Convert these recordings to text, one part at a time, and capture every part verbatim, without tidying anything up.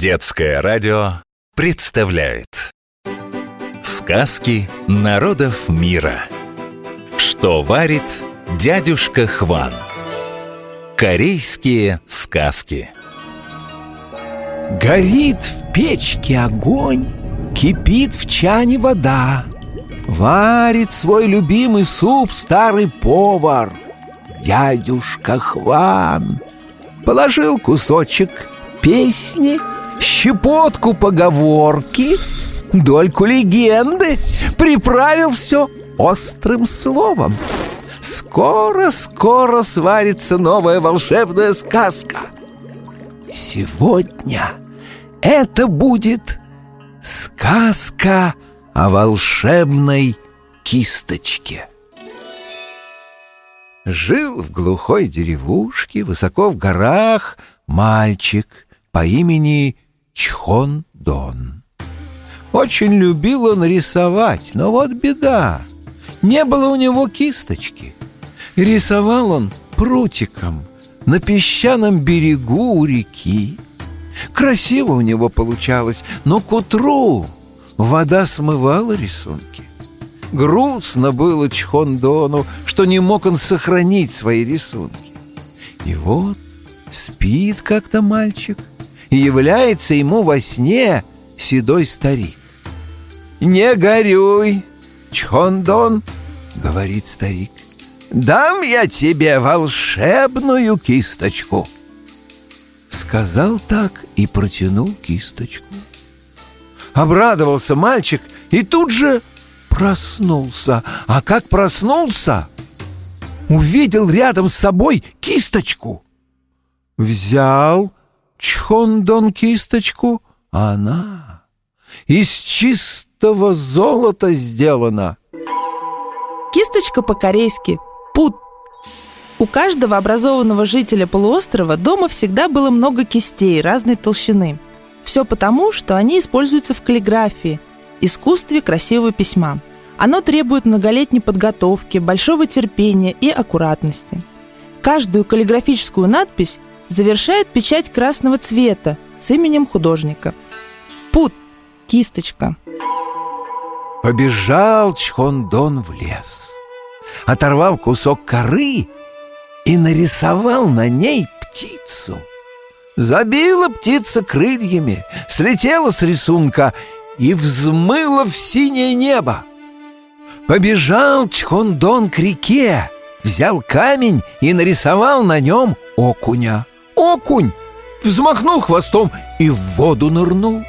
Детское радио представляет сказки народов мира. Что варит дядюшка Хван? Корейские сказки. Горит в печке огонь, кипит в чане вода. Варит свой любимый суп старый повар, дядюшка Хван. Положил кусочек песни, щепотку поговорки, дольку легенды, приправил все острым словом. Скоро-скоро сварится новая волшебная сказка. Сегодня это будет сказка о волшебной кисточке. Жил в глухой деревушке, высоко в горах, мальчик по имени Чхон-дон. Очень любил он рисовать, но вот беда, не было у него кисточки. Рисовал он прутиком на песчаном берегу у реки. Красиво у него получалось, но к утру вода смывала рисунки. Грустно было Чхон-дону, что не мог он сохранить свои рисунки. И вот спит как-то мальчик, и является ему во сне седой старик. «Не горюй, Чхон-дон, — говорит старик, — дам я тебе волшебную кисточку». Сказал так и протянул кисточку. Обрадовался мальчик и тут же проснулся. А как проснулся, увидел рядом с собой кисточку. Взял Чхон-дон кисточку, а она из чистого золота сделана. Кисточка по-корейски «пут». У каждого образованного жителя полуострова дома всегда было много кистей разной толщины. Все потому, что они используются в каллиграфии, искусстве красивого письма. Оно требует многолетней подготовки, большого терпения и аккуратности. Каждую каллиграфическую надпись завершает печать красного цвета с именем художника. Пут – кисточка. Побежал Чхон-дон в лес, оторвал кусок коры и нарисовал на ней птицу. Забила птица крыльями, слетела с рисунка и взмыла в синее небо. Побежал Чхон-дон к реке, взял камень и нарисовал на нем окуня. Окунь взмахнул хвостом и в воду нырнул.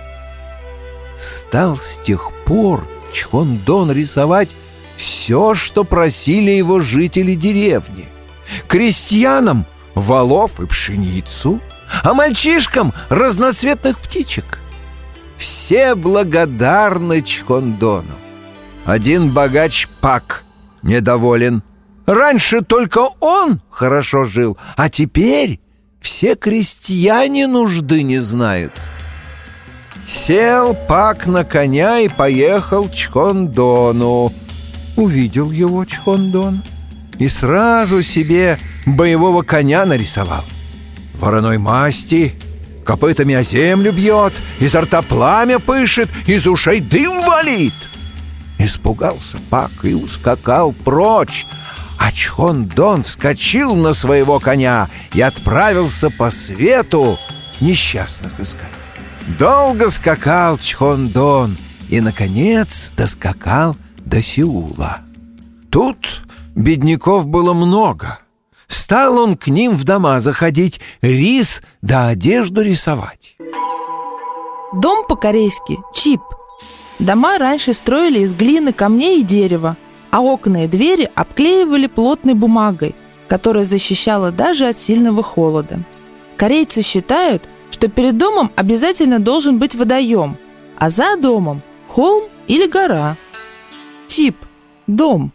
Стал с тех пор Чхон-дон рисовать все, что просили его жители деревни. Крестьянам — волов и пшеницу, а мальчишкам — разноцветных птичек. Все благодарны Чхон-дону. Один богач Пак недоволен. Раньше только он хорошо жил, а теперь все крестьяне нужды не знают. Сел Пак на коня и поехал к Чхон-дону. Увидел его Чхон-дон и сразу себе боевого коня нарисовал. Вороной масти, копытами о землю бьет, изо рта пламя пышет, из ушей дым валит. Испугался Пак и ускакал прочь, а Чхон-дон вскочил на своего коня и отправился по свету несчастных искать. Долго скакал Чхон-дон и, наконец, доскакал до Сеула. Тут бедняков было много. Стал он к ним в дома заходить, рис да одежду рисовать. Дом по-корейски «чип». Дома раньше строили из глины, камней и дерева, а окна и двери обклеивали плотной бумагой, которая защищала даже от сильного холода. Корейцы считают, что перед домом обязательно должен быть водоем, а за домом – холм или гора. Чип – дом.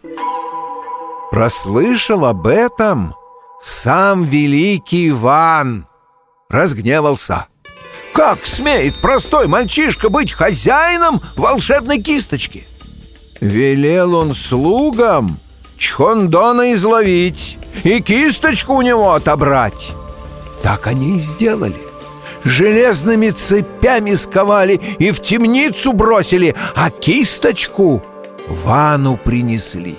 Прослышал об этом сам великий Иван, разгневался. Как смеет простой мальчишка быть хозяином волшебной кисточки? Велел он слугам Чхон-дона изловить и кисточку у него отобрать. Так они и сделали. железными цепями сковали и в темницу бросили, а кисточку Вану принесли.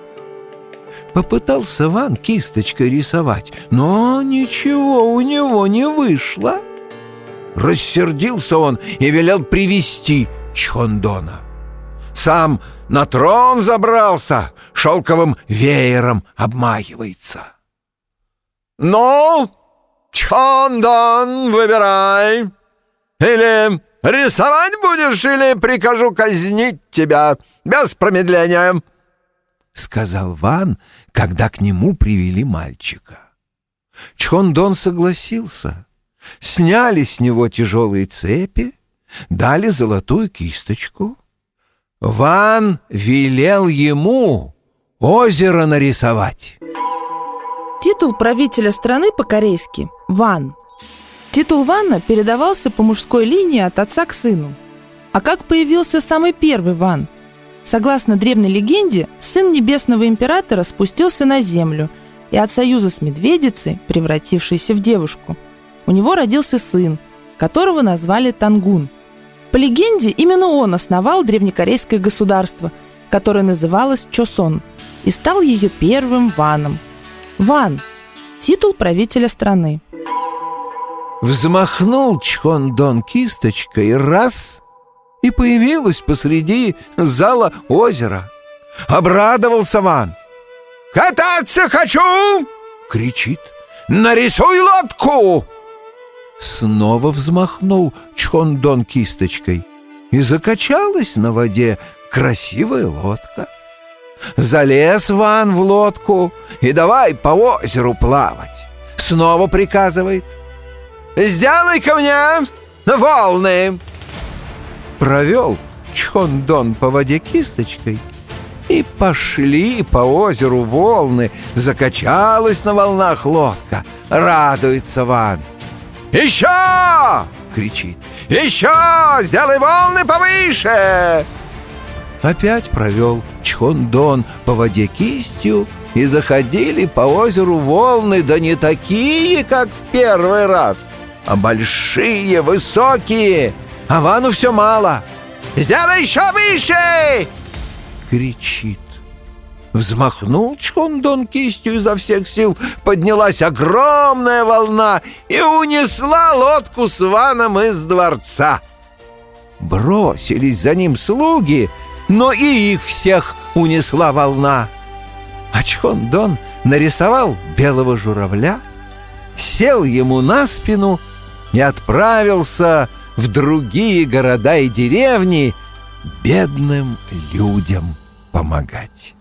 Попытался Ван кисточкой рисовать, но ничего у него не вышло. Рассердился он и велел привести Чхондона. Сам на трон забрался, шелковым веером обмахивается. «Ну, Чхондон, выбирай. Или рисовать будешь, или прикажу казнить тебя без промедления», — сказал Ван, когда к нему привели мальчика. Чхондон согласился. Сняли с него тяжелые цепи, дали золотую кисточку. Ван велел ему озеро нарисовать. Титул правителя страны по-корейски – Ван. Титул Вана передавался по мужской линии от отца к сыну. А как появился самый первый Ван? Согласно древней легенде, сын небесного императора спустился на землю, и от союза с медведицей, превратившейся в девушку, у него родился сын, которого назвали Тангун. По легенде, именно он основал древнекорейское государство, которое называлось Чосон, и стал ее первым Ваном. Ван – титул правителя страны. Взмахнул Чхондон кисточкой, раз – и появилось посреди зала озеро. Обрадовался Ван. «Кататься хочу!» — кричит. «Нарисуй лодку!» Снова взмахнул Чхондон кисточкой, и закачалась на воде красивая лодка. Залез Ван в лодку и давай по озеру плавать. Снова приказывает: «Сделай ко мне волны!» Провел Чхондон по воде кисточкой, и пошли по озеру волны. Закачалась на волнах лодка. Радуется Ван. «Еще!» — кричит. «Еще! Сделай волны повыше!» Опять провел Чхондон по воде кистью, и заходили по озеру волны, да не такие, как в первый раз, а большие, высокие. А Вану все мало. «Сделай еще выше!» — кричит. Взмахнул Чхондон кистью изо всех сил, поднялась огромная волна и унесла лодку с Ваном из дворца. Бросились за ним слуги, но и их всех унесла волна. А Чхондон нарисовал белого журавля, сел ему на спину и отправился в другие города и деревни бедным людям помогать.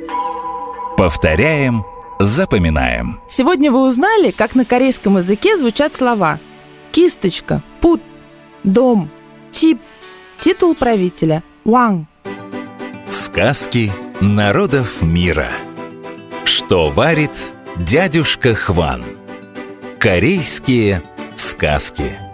Повторяем, запоминаем. Сегодня вы узнали, как на корейском языке звучат слова: кисточка, пут, дом, чип, титул правителя, ван. Сказки народов мира. Что варит дядюшка Хван? Корейские сказки.